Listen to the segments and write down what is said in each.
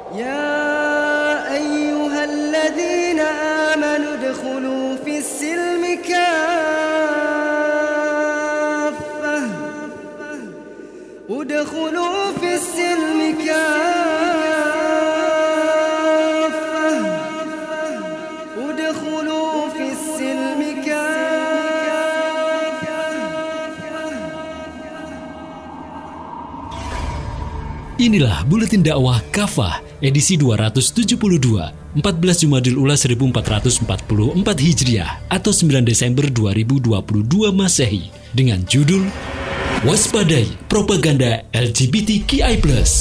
يا أيها الذين آمنوا ادخلوا في السلم كافة ادخلوا في السلم كافة ادخلوا في السلم كافة. Inilah Buletin Dakwah Kafah edisi 272, 14 Jumadil Ula 1444 Hijriah atau 9 Desember 2022 Masehi dengan judul Waspadai Propaganda LGBTQI+.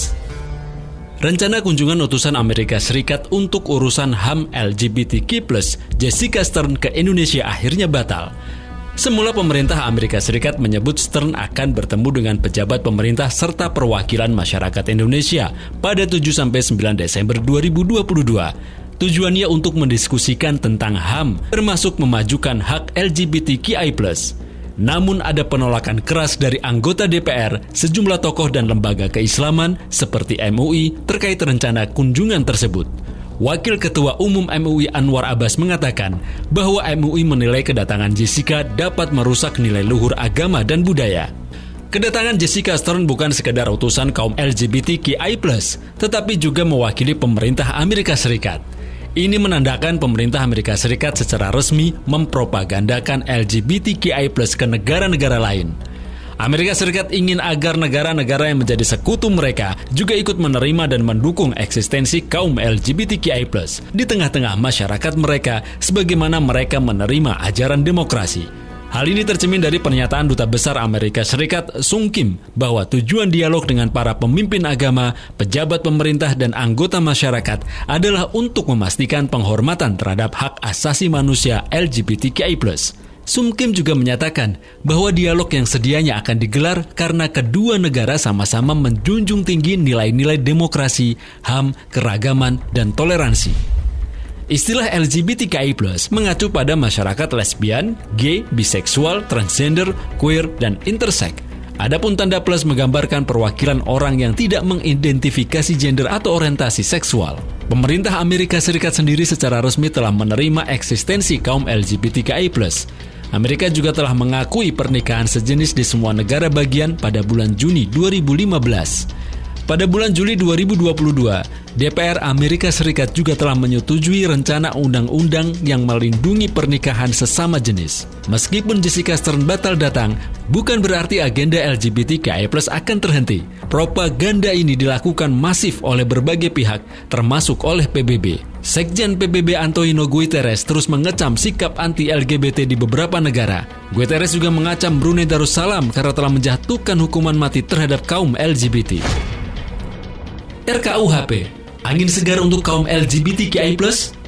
Rencana kunjungan utusan Amerika Serikat untuk urusan HAM LGBTQ+, Jessica Stern ke Indonesia akhirnya batal. Semula pemerintah Amerika Serikat menyebut Stern akan bertemu dengan pejabat pemerintah serta perwakilan masyarakat Indonesia pada 7-9 Desember 2022. Tujuannya untuk mendiskusikan tentang HAM, termasuk memajukan hak LGBTQI+. Namun ada penolakan keras dari anggota DPR, sejumlah tokoh dan lembaga keislaman seperti MUI terkait rencana kunjungan tersebut. Wakil Ketua Umum MUI Anwar Abbas mengatakan bahwa MUI menilai kedatangan Jessica dapat merusak nilai luhur agama dan budaya. Kedatangan Jessica Stern bukan sekedar utusan kaum LGBTQI+, tetapi juga mewakili pemerintah Amerika Serikat. Ini menandakan pemerintah Amerika Serikat secara resmi mempropagandakan LGBTQI+ ke negara-negara lain. Amerika Serikat ingin agar negara-negara yang menjadi sekutu mereka juga ikut menerima dan mendukung eksistensi kaum LGBTQI+ di tengah-tengah masyarakat mereka sebagaimana mereka menerima ajaran demokrasi. Hal ini tercermin dari pernyataan Duta Besar Amerika Serikat Sung Kim bahwa tujuan dialog dengan para pemimpin agama, pejabat pemerintah dan anggota masyarakat adalah untuk memastikan penghormatan terhadap hak asasi manusia LGBTQI+. Sung Kim juga menyatakan bahwa dialog yang sedianya akan digelar karena kedua negara sama-sama menjunjung tinggi nilai-nilai demokrasi, HAM, keragaman, dan toleransi. Istilah LGBTQI+ mengacu pada masyarakat lesbian, gay, biseksual, transgender, queer, dan intersex. Adapun tanda plus menggambarkan perwakilan orang yang tidak mengidentifikasi gender atau orientasi seksual. Pemerintah Amerika Serikat sendiri secara resmi telah menerima eksistensi kaum LGBTQI+. Amerika juga telah mengakui pernikahan sejenis di semua negara bagian pada bulan Juni 2015. Pada bulan Juli 2022, DPR Amerika Serikat juga telah menyetujui rencana undang-undang yang melindungi pernikahan sesama jenis. Meskipun Jessica Stern batal datang, bukan berarti agenda LGBTQI+ akan terhenti. Propaganda ini dilakukan masif oleh berbagai pihak, termasuk oleh PBB. Sekjen PBB Antonio Guterres terus mengecam sikap anti-LGBT di beberapa negara. Guterres juga mengacam Brunei Darussalam karena telah menjatuhkan hukuman mati terhadap kaum LGBT. RKUHP, angin segar untuk kaum LGBTQI+.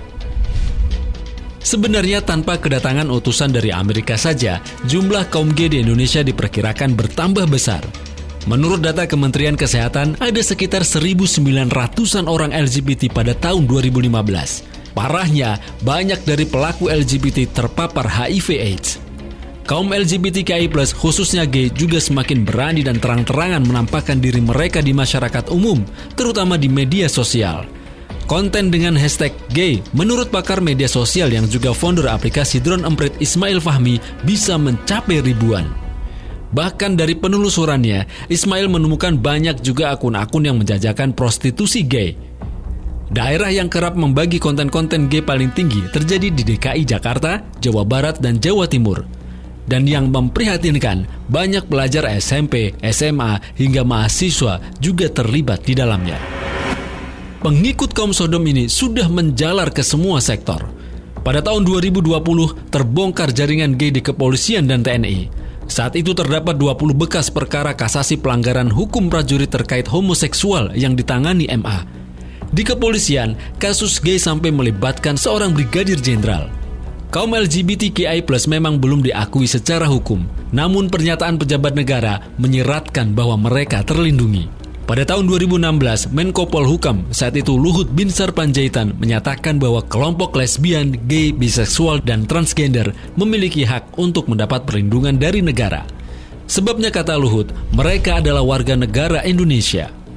Sebenarnya tanpa kedatangan utusan dari Amerika saja, jumlah kaum gay di Indonesia diperkirakan bertambah besar. Menurut data Kementerian Kesehatan, ada sekitar 1.900-an orang LGBT pada tahun 2015. Parahnya, banyak dari pelaku LGBT terpapar HIV/AIDS. Kaum LGBTQI+, khususnya gay, juga semakin berani dan terang-terangan menampakkan diri mereka di masyarakat umum, terutama di media sosial. Konten dengan hashtag gay, menurut pakar media sosial yang juga founder aplikasi Drone Emprit Ismail Fahmi, bisa mencapai ribuan. Bahkan dari penelusurannya, Ismail menemukan banyak juga akun-akun yang menjajakan prostitusi gay. Daerah yang kerap membagi konten-konten gay paling tinggi terjadi di DKI Jakarta, Jawa Barat, dan Jawa Timur. Dan yang memprihatinkan, banyak pelajar SMP, SMA, hingga mahasiswa juga terlibat di dalamnya. Pengikut kaum Sodom ini sudah menjalar ke semua sektor. Pada tahun 2020, terbongkar jaringan gay di kepolisian dan TNI. Saat itu terdapat 20 bekas perkara kasasi pelanggaran hukum prajurit terkait homoseksual yang ditangani MA. Di kepolisian, kasus gay sampai melibatkan seorang brigadir jenderal. Kaum LGBTQI+ memang belum diakui secara hukum, namun pernyataan pejabat negara menyeratkan bahwa mereka terlindungi. Pada tahun 2016, Menko Polhukam, saat itu Luhut Binsar Panjaitan, menyatakan bahwa kelompok lesbian, gay, biseksual, dan transgender memiliki hak untuk mendapat perlindungan dari negara. Sebabnya, kata Luhut, mereka adalah warga negara Indonesia.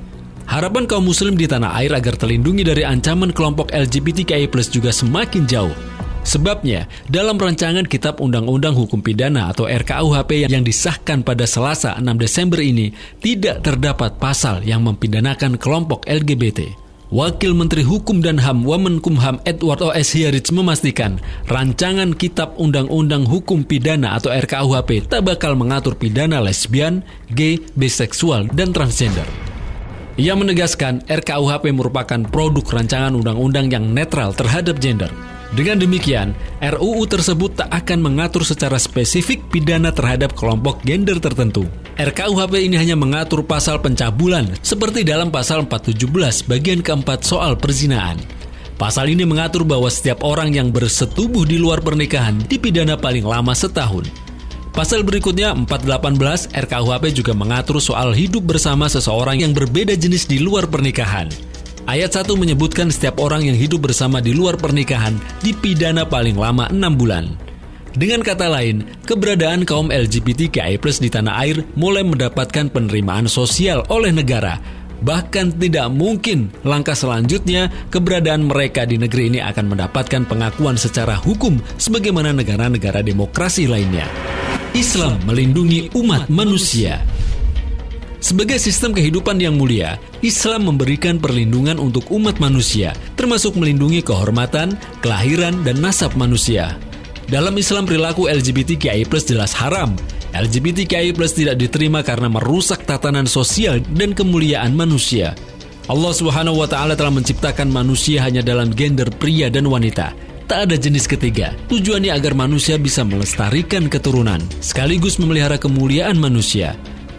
Harapan kaum muslim di tanah air agar terlindungi dari ancaman kelompok LGBTQI+ juga semakin jauh. Sebabnya, dalam rancangan Kitab Undang-Undang Hukum Pidana atau RKUHP yang disahkan pada Selasa 6 Desember ini, tidak terdapat pasal yang mempidanakan kelompok LGBT. Wakil Menteri Hukum dan HAM Wamenkumham Edward O.S. Hiarits memastikan, rancangan Kitab Undang-Undang Hukum Pidana atau RKUHP tak bakal mengatur pidana lesbian, gay, biseksual, dan transgender. Ia menegaskan RKUHP merupakan produk rancangan undang-undang yang netral terhadap gender. Dengan demikian, RUU tersebut tak akan mengatur secara spesifik pidana terhadap kelompok gender tertentu. RKUHP ini hanya mengatur pasal pencabulan, seperti dalam pasal 417 bagian keempat soal perzinaan. Pasal ini mengatur bahwa setiap orang yang bersetubuh di luar pernikahan dipidana paling lama setahun. Pasal berikutnya 418 RKUHP juga mengatur soal hidup bersama seseorang yang berbeda jenis di luar pernikahan. Ayat 1 menyebutkan setiap orang yang hidup bersama di luar pernikahan dipidana paling lama 6 bulan. Dengan kata lain, keberadaan kaum LGBTQI+ di tanah air mulai mendapatkan penerimaan sosial oleh negara. Bahkan tidak mungkin langkah selanjutnya keberadaan mereka di negeri ini akan mendapatkan pengakuan secara hukum sebagaimana negara-negara demokrasi lainnya. Islam melindungi umat manusia. Sebagai sistem kehidupan yang mulia, Islam memberikan perlindungan untuk umat manusia, termasuk melindungi kehormatan, kelahiran, dan nasab manusia. Dalam Islam, perilaku LGBTQI+ jelas haram. LGBTQI+ tidak diterima karena merusak tatanan sosial dan kemuliaan manusia. Allah Subhanahu wa Ta'ala telah menciptakan manusia hanya dalam gender pria dan wanita. Tak ada jenis ketiga. Tujuannya agar manusia bisa melestarikan keturunan, sekaligus memelihara kemuliaan manusia.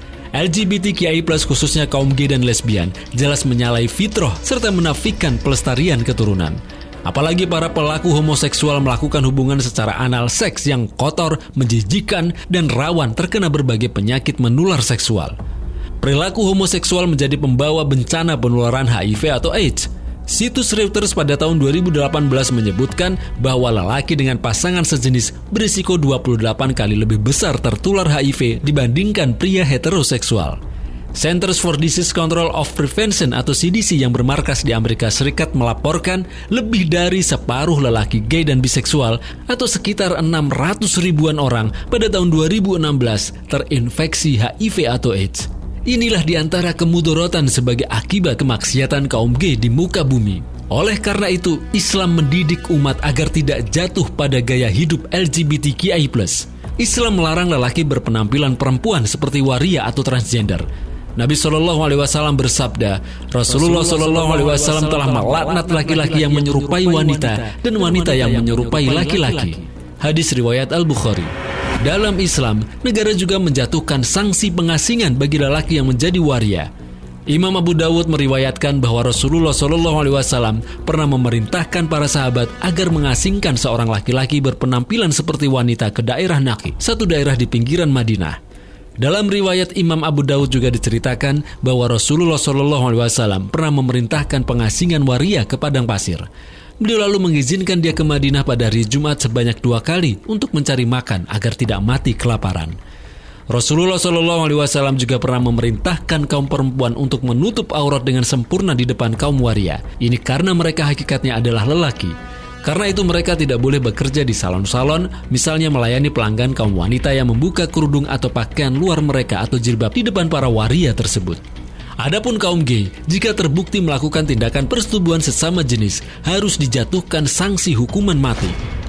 LGBTQI+ khususnya kaum gay dan lesbian jelas menyalahi fitrah serta menafikan pelestarian keturunan. Apalagi para pelaku homoseksual melakukan hubungan secara anal seks yang kotor, menjijikan, dan rawan terkena berbagai penyakit menular seksual. Perilaku homoseksual menjadi pembawa bencana penularan HIV atau AIDS. Situs Reuters pada tahun 2018 menyebutkan bahwa lelaki dengan pasangan sejenis berisiko 28 kali lebih besar tertular HIV dibandingkan pria heteroseksual. Centers for Disease Control of Prevention atau CDC yang bermarkas di Amerika Serikat melaporkan lebih dari separuh lelaki gay dan biseksual atau sekitar 600 ribuan orang pada tahun 2016 terinfeksi HIV atau AIDS. Inilah diantara kemudorotan sebagai akibat kemaksiatan kaum gay di muka bumi. Oleh karena itu, Islam mendidik umat agar tidak jatuh pada gaya hidup LGBTQI+. Islam melarang lelaki berpenampilan perempuan seperti waria atau transgender. Nabi SAW bersabda, Rasulullah SAW telah melaknat laki-laki yang menyerupai wanita dan wanita yang menyerupai laki-laki. Hadis riwayat Al-Bukhari. Dalam Islam, negara juga menjatuhkan sanksi pengasingan bagi lelaki yang menjadi waria. Imam Abu Dawud meriwayatkan bahwa Rasulullah SAW pernah memerintahkan para sahabat agar mengasingkan seorang laki-laki berpenampilan seperti wanita ke daerah Naqi, satu daerah di pinggiran Madinah. Dalam riwayat Imam Abu Dawud juga diceritakan bahwa Rasulullah SAW pernah memerintahkan pengasingan waria ke padang pasir. Beliau lalu mengizinkan dia ke Madinah pada hari Jumat sebanyak 2 kali untuk mencari makan agar tidak mati kelaparan. Rasulullah SAW juga pernah memerintahkan kaum perempuan untuk menutup aurat dengan sempurna di depan kaum waria. Ini karena mereka hakikatnya adalah lelaki. Karena itu mereka tidak boleh bekerja di salon-salon, misalnya melayani pelanggan kaum wanita yang membuka kerudung atau pakaian luar mereka atau jilbab di depan para waria tersebut. Adapun kaum gay, jika terbukti melakukan tindakan persetubuhan sesama jenis, harus dijatuhkan sanksi hukuman mati.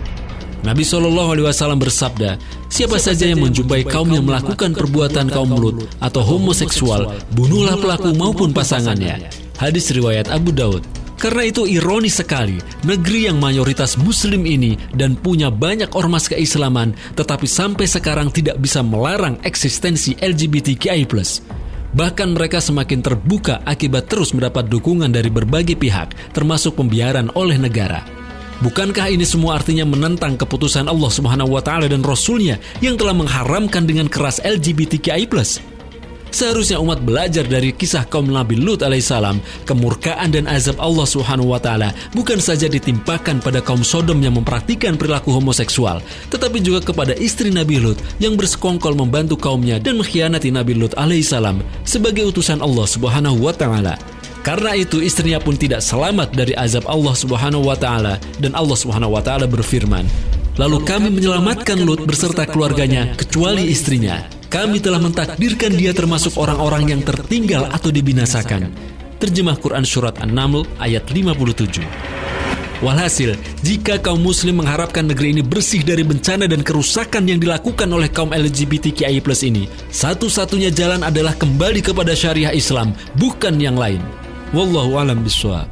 Nabi SAW bersabda, siapa saja yang menjumpai kaum yang melakukan perbuatan kaum Lut atau homoseksual, bunuhlah pelaku maupun pasangannya. Hadis riwayat Abu Daud. Karena itu ironis sekali, negeri yang mayoritas muslim ini dan punya banyak ormas keislaman, tetapi sampai sekarang tidak bisa melarang eksistensi LGBTQI+. Bahkan mereka semakin terbuka akibat terus mendapat dukungan dari berbagai pihak, termasuk pembiaran oleh negara. Bukankah ini semua artinya menentang keputusan Allah Subhanahu wa Ta'ala dan Rasul-Nya yang telah mengharamkan dengan keras LGBTQI+? Seharusnya umat belajar dari kisah kaum Nabi Lut alaihissalam. Kemurkaan dan azab Allah Subhanahu wa Ta'ala bukan saja ditimpakan pada kaum Sodom yang mempraktikkan perilaku homoseksual, tetapi juga kepada istri Nabi Lut yang bersekongkol membantu kaumnya dan mengkhianati Nabi Lut alaihissalam sebagai utusan Allah Subhanahu wa Ta'ala. Karena itu istrinya pun tidak selamat dari azab Allah Subhanahu wa taala, dan Allah Subhanahu wa taala berfirman, "Lalu kami menyelamatkan Lut beserta keluarganya kecuali istrinya. Kami telah mentakdirkan dia termasuk orang-orang yang tertinggal atau dibinasakan." Terjemah Quran Surat An-Naml ayat 57. Walhasil, jika kaum muslim mengharapkan negeri ini bersih dari bencana dan kerusakan yang dilakukan oleh kaum LGBTQI+ ini, satu-satunya jalan adalah kembali kepada syariah Islam, bukan yang lain. Wallahu a'lam bishawab.